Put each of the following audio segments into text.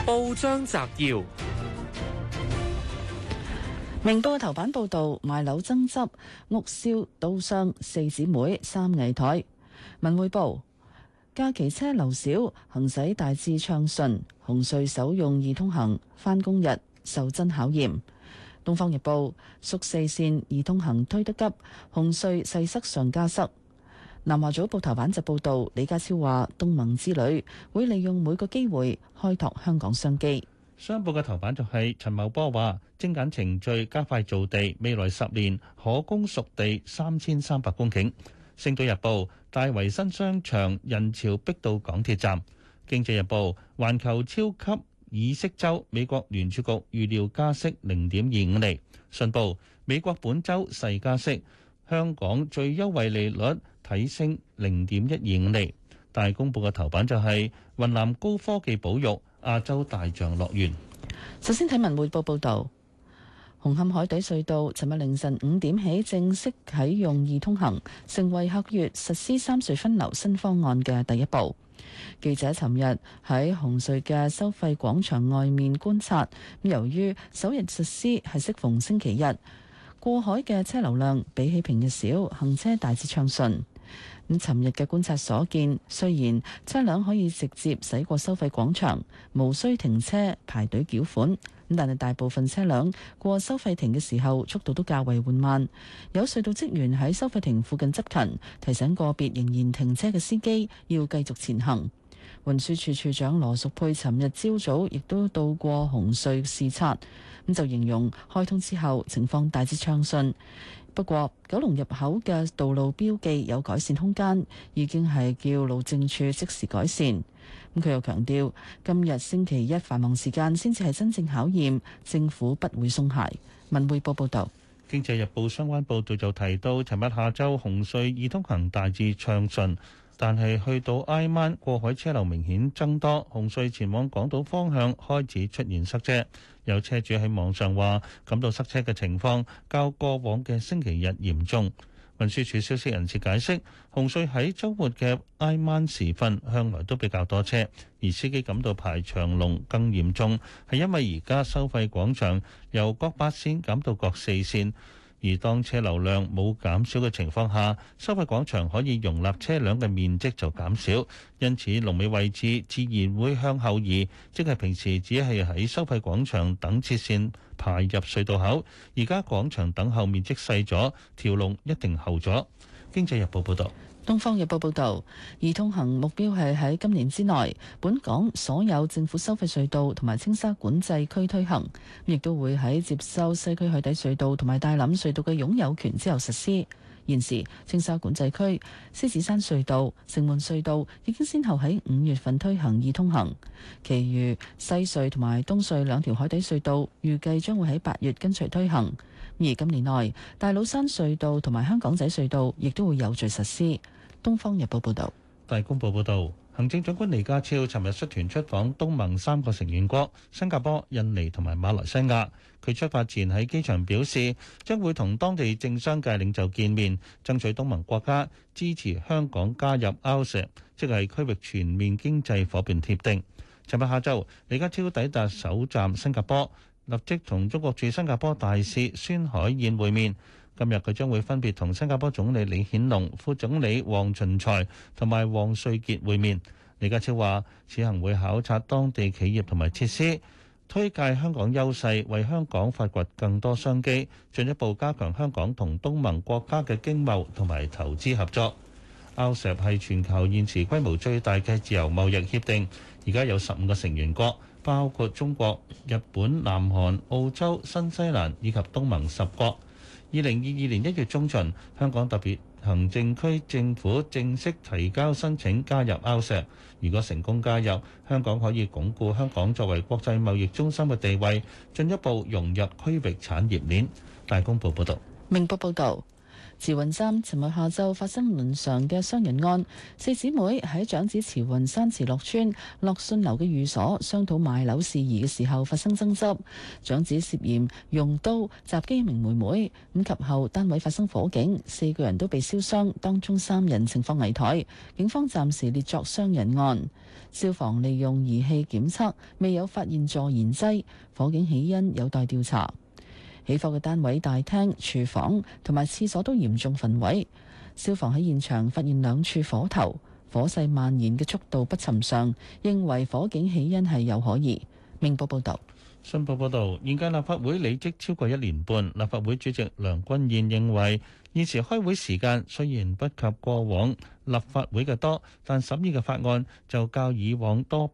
報章摘要： 明報嘅頭版報道賣樓爭執，屋燒刀傷四姊妹3危殆。文匯報假期車流少，行駛大致暢順。紅隧首用易通行返工日受真考驗。東方日報縮4線易通行推得急，紅隧勢塞上加塞。南華早報頭版就報道李家超話東盟之旅會利用每個機會開拓香港商機。 商報嘅頭版就係陳茂波話精簡程序加快造地，未來10年可供熟地3300公頃。星島日報大圍新商場人潮逼到港鐵站。經濟日報環球超級議息週，美國聯儲局預料加息0.25厘。信報美國本週細加息，香港最優惠利率提升0.125厘。大公報嘅頭版就係雲南高科技保育亞洲大象樂園。 首先睇文匯報報道，紅磡海底隧道尋日凌晨5點起正式啟用易通行，成為下個月實施三隧分流新方案嘅第一步。記者尋日喺紅隧嘅收費廣場外面觀察，由於首日實施係適逢星期日，過海嘅車流量比起平日少，行車大致暢順。咁尋日嘅觀察所見，雖然車輛可以直接駛過收費廣場，無需停車排隊繳款，但係大部分車輛過收費亭嘅時候速度都較為緩慢。有隧道職員喺收費亭附近執勤，提醒個別仍然停車嘅司機要繼續前行。運輸署署長羅淑佩尋日朝早亦都到過紅隧視察，咁就形容開通之後情況大致暢順。不過，九龍入口嘅道路標記有改善空間，已經係叫路政處即時改善。咁佢又強調，今日星期一繁忙時間先至係真正考驗，政府不會鬆懈。文匯報報道。 《經濟日報》相關報導就提到，尋日下晝紅隧易通行大致暢順，但係去到挨晚過海車流明顯增多，紅隧前往港島方向開始出現塞車。有車主喺網上話感到塞車嘅情況較過往嘅星期日嚴重。運輸署消息人士解釋，紅隧喺週末嘅挨晚時分向來都比較多車，而司機感到排長龍更嚴重，係因為而家收費廣場由各8線減到各4線。而當車流量冇減少嘅情況下，收費廣場可以容納車輛嘅面積就減少，因此龍尾位置自然會向後移，即係平時只係喺收費廣場等切線排入隧道口，而家廣場等候面積細咗，條龍一定後咗。經濟日報報導。 《東方日報》報導，易通行目標係喺今年之內，本港所有政府收費隧道同埋青沙管制區推行，亦都會喺接收西區海底隧道同埋大欖隧道嘅擁有權之後實施。現時青沙管制區、獅子山隧道、城門隧道已經先後喺5月份推行易通行，其餘西隧同埋東隧2條海底隧道預計將會喺8月跟隨推行。而今年內，大老山隧道同埋香港仔隧道亦都會有序實施。《東方日報》報導。 大公報報導，行政長官李家超尋日率團出訪東盟3個成員國新加坡、印尼同埋馬來西亞。佢出發前喺機場表示，將會同當地政商界領袖見面，爭取東盟國家支持香港加入 RCEP， 即係區域全面經濟夥伴協定。尋日下晝，李家超抵達首站新加坡，立即同中國駐新加坡大使孫海燕會面。今日佢將會分別同新加坡總理李顯龍、副總理黃循財同埋王瑞傑會面。李家超話，此行會考察當地企業同埋設施，推介香港優勢，為香港發掘更多商機，進一步加強香港同東盟國家嘅經貿同埋投資合作。RCEP 係全球現時規模最大嘅自由貿易協定，而家有15個成員國，包括中國、日本、南韓、澳洲、新西蘭以及東盟10國。2022年1月中旬，香港特別行政區政府正式提交申請加入 RCEP。如果成功加入，香港可以鞏固香港作為國際貿易中心嘅地位，進一步融入區域產業鏈。大公報報導。 明報報導。 慈雲站尋日下晝發生倫常嘅傷人案，四姊妹喺長子慈雲山慈樂村樂信樓嘅寓所商討賣樓事宜嘅時候發生爭執，長子涉嫌用刀襲擊一名妹妹，咁及後單位發生火警，4個人都被燒傷，當中3人情況危殆，警方暫時列作傷人案。消防利用儀器檢測，未有發現助燃劑，火警起因有待調查。起火嘅單位大廳、廚房同埋廁所都嚴重焚毀，消防喺現場發現2處火頭，火勢蔓延嘅速度不尋常，認為火警起因係有可疑。明報報道。 信報報導，現屆立法會履職超過1年半，立法會主席梁君彥認為，現時開會時間雖然不及過往立法會嘅多，但審議嘅法案就較以往多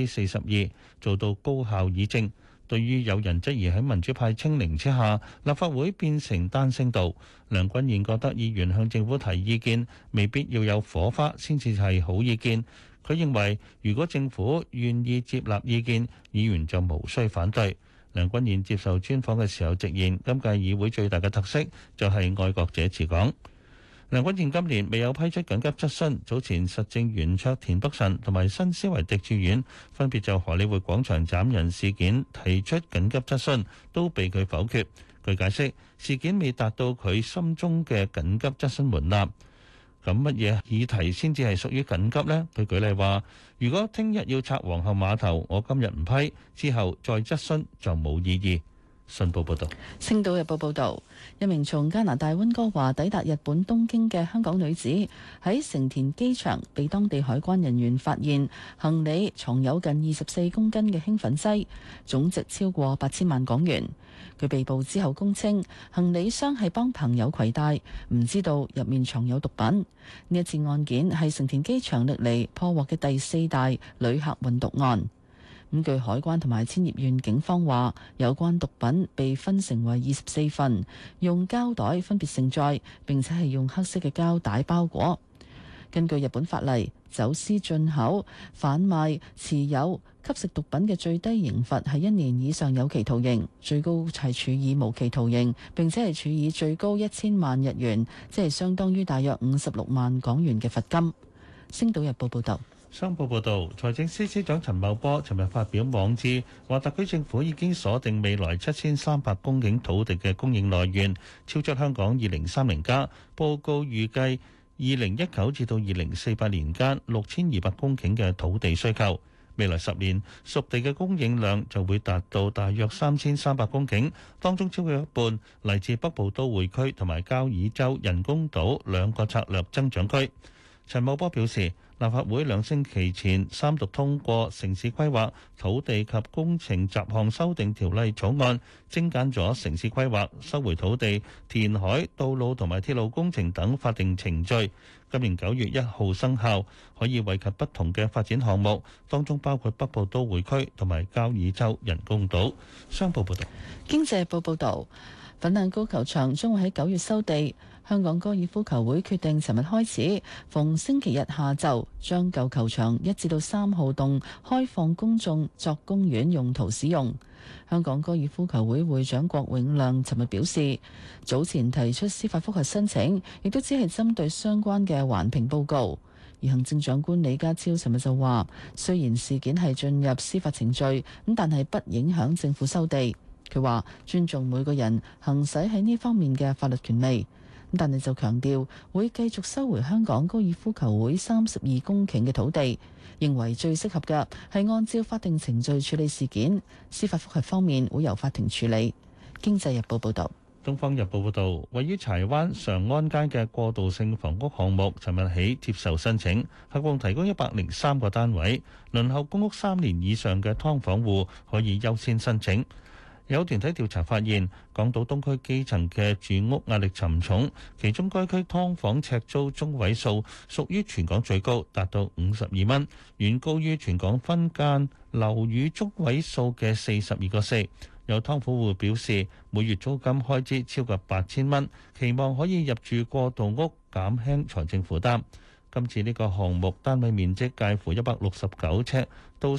42%，做到高效議政。對於有人質疑喺民主派清零之下，立法會變成單聲道，梁君彥覺得議員向政府提意見，未必要有火花先至係好意見。佢認為，如果政府願意接納意見，議員就無需反對。梁君彥接受專訪嘅時候直言，今屆議會最大嘅特色就係愛國者治港。梁君彥今年未有批出緊急質詢，早前實政圓桌田北辰同埋新思維狄志遠分別就荷里活廣場斬人事件提出緊急質詢，都被佢否決。佢解釋事件未達到佢心中嘅緊急質詢門檻。咁乜嘢議題先至係屬於緊急呢？佢舉例話，如果聽日要拆皇后碼頭，我今日唔批，之後再質詢就冇意義。信報報導，《 星島日報》報導，一名從加拿大溫哥華抵達日本東京嘅香港女子喺成田機場被當地海關人員發現行李藏有近24公斤嘅興奮劑，總值超過8000萬港元。佢被捕之後供稱，行李箱係幫朋友攜帶，唔知道入面藏有毒品。呢一次案件係成田機場歷嚟破獲嘅第4大旅客運毒案。咁據海關同埋千葉縣警方話，有關毒品被分成為24份，用膠袋分別盛載，並且係用黑色嘅膠帶包裹。根據日本法例，走私、進口、販賣、持有、吸食毒品嘅最低刑罰係1年以上有期徒刑，最高係處以無期徒刑，並且係處以最高1000萬日元，即係相當於大約56萬港元嘅罰金。星島日報報道。 商報報導，財政司司長陳茂波尋日發表網誌，話特區政府已經鎖定未來7300公頃土地嘅供應來源，超出香港2030+報告預計2019至到2048年間6200公頃嘅土地需求。未來10年熟地嘅供應量就會達到大約3300公頃，當中超過一半嚟自北部都會區同埋交椅洲人工島2個策略增長區。陳茂波表示，立法會2星期前三讀通過《城市規劃土地及工程雜項修訂條例草案》，精簡咗城市規劃、收回土地、填海、道路同埋鐵路工程等法定程序。今年9月1號生效，可以惠及不同嘅發展項目，當中包括北部都會區同埋交椅洲人工島。商報報導， 經濟報報導，粉嶺高球場將會喺9月收地。香港高爾夫球會決定，尋日開始，逢星期日下晝將舊球場1至3號洞開放公眾作公園用途使用。香港高爾夫球會會長郭永亮尋日表示，早前提出司法覆核申請，亦都只係針對相關嘅環評報告。而行政長官李家超尋日就話，雖然事件係進入司法程序，咁但係不影響政府收地。佢話尊重每個人行使喺呢方面嘅法律權利。但係就強調會繼續收回香港高爾夫球會32公頃嘅土地，認為最適合嘅係按照法定程序處理事件，司法覆核方面會由法庭處理。經濟日報報導。 東方日報報導，位於柴灣常安街嘅過渡性房屋項目，尋日起接受申請，合共提供103個單位，輪候公屋3年以上嘅劏房戶可以優先申請。有團體調查發現，港島東區基層嘅住屋壓力沉重，其中該區劏房尺租中位數屬於全港最高，達到52蚊，遠高於全港分間樓宇中位數嘅42個4。有劏房戶表示，每月租金開支超過8000蚊，期望可以入住過渡屋，減輕財政負擔。今次呢個項目單位面積介乎169尺到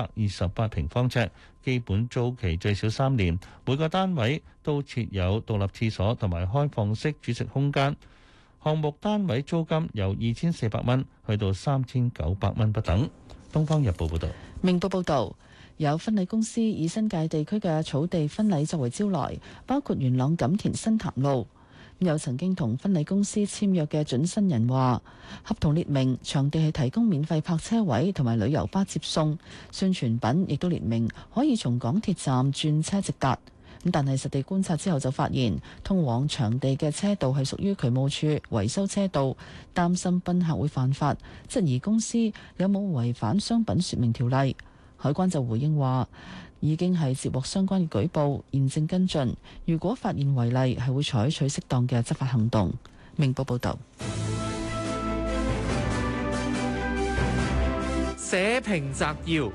328平方尺，基本租期最少3年，每個單位都設有獨立廁所同埋開放式煮食空間。 項目單位租金由2400蚊去到3900蚊不等。《東方日報》報導。 明報報導，有婚禮公司以新界地區嘅草地婚禮作為招來，包括元朗錦田新潭路。有曾經同婚禮公司簽約嘅準新人話，合同列明場地係提供免費泊車位同埋旅遊巴接送，宣傳品亦都列明可以從港鐵站轉車直達。但係實地觀察之後就發現，通往場地嘅車道係屬於渠務處維修車道，擔心賓客會犯法，質疑公司有冇違反商品説明條例。海關就回應話，已經係接獲相關嘅舉報，現正跟進。如果發現違例，係會採取適當嘅執法行動。明報報導。 社評摘要。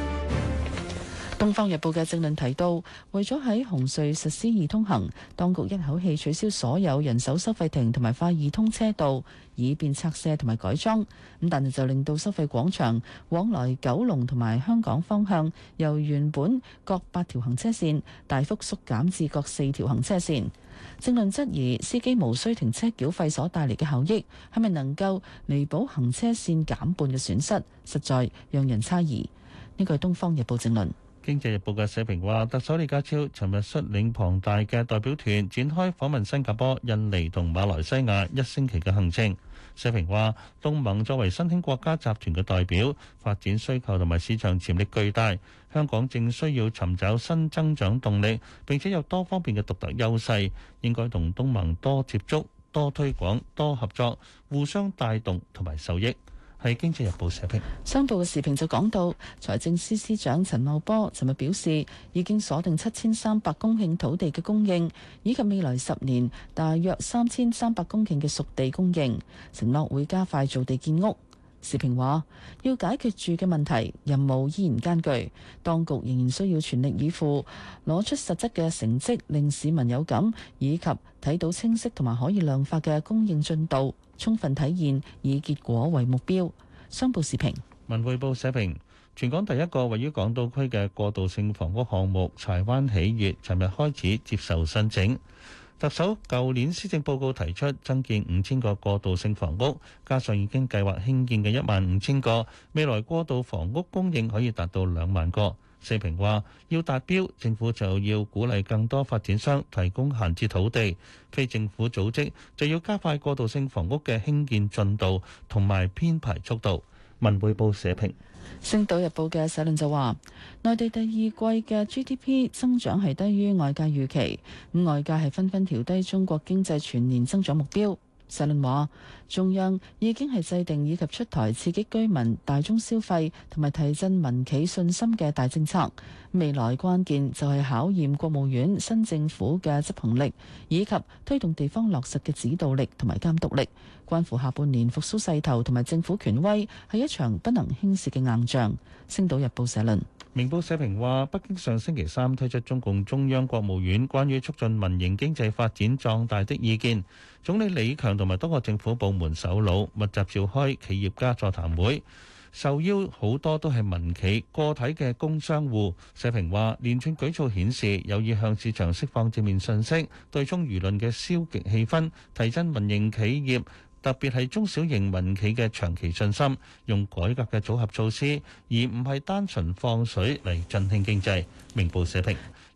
《東方日報》嘅政論提到，為咗喺紅隧實施易通行，當局一口氣取消所有人手收費亭同埋快易通車道，以便拆卸同埋改裝。但係就令到收費廣場往來九龍同埋香港方向，由原本各8條行車線大幅縮減至各4條行車線。政論質疑司機無需停車繳費所帶嚟嘅效益，係咪能夠彌補行車線減半嘅損失，實在讓人猜疑。呢個係《東方日報》政論。 《經濟日報》嘅社評話，特首李家超尋日率領龐大嘅代表團展開訪問新加坡、印尼同馬來西亞1星期嘅行程。社評話，東盟作為新興國家集團嘅代表，發展需求同埋市場潛力巨大，香港正需要尋找新增長動力，並且有多方面嘅獨特優勢，應該同東盟多接觸、多推廣、多合作，互相帶動同埋受益。係《經濟日報》社評。 商報嘅時評就講到，財政司司長陳茂波尋日表示，已經鎖定7300公頃土地嘅供應，以及未來10年大約3300公頃嘅熟地供應，承諾會加快造地建屋。時評話，要解決住嘅問題，任務依然艱巨，當局仍然需要全力以赴，攞出實質嘅成績，令市民有感，以及睇到清晰同埋可以量化嘅供應進度，充分體現以結果為目標。商報時評。 文匯報社評，全港第一個位於港島區嘅過渡性房屋項目柴灣喜悅，尋日開始接受申請。特首舊年施政報告提出增建5000個過渡性房屋，加上已經計劃興建嘅15000個，未來過渡房屋供應可以達到2萬個。社評話，要達標，政府就要鼓勵更多發展商提供閒置土地，非政府組織就要加快過渡性房屋嘅興建進度同埋編排速度。文匯報社評。 星島日報嘅社論就話，內地第二季嘅 GDP 增長係低於外界預期，外界係紛紛調低中國經濟全年增長目標。社論話，中央已經係制定以及出台刺激居民大宗消費同埋提振民企信心嘅大政策，未來關鍵就係考驗國務院新政府嘅執行力，以及推動地方落實嘅指導力同埋監督力，關乎下半年復甦勢頭同埋政府權威，係一場不能輕視嘅硬仗。星島日報社論。 明報社評話，北京上星期三推出中共中央國務院關於促進民營經濟發展壯大的意見，總理李強同埋多個政府部門首腦密集召開企業家座談會，受邀好多都係民企個體嘅工商戶。社評話，連串舉措顯示有意向市場釋放正面信息，對沖輿論嘅消極氣氛，提振民營企業特別係中小型民企嘅長期信心，用改革嘅組合措施，而唔係單純放水嚟振興經濟。明報社評。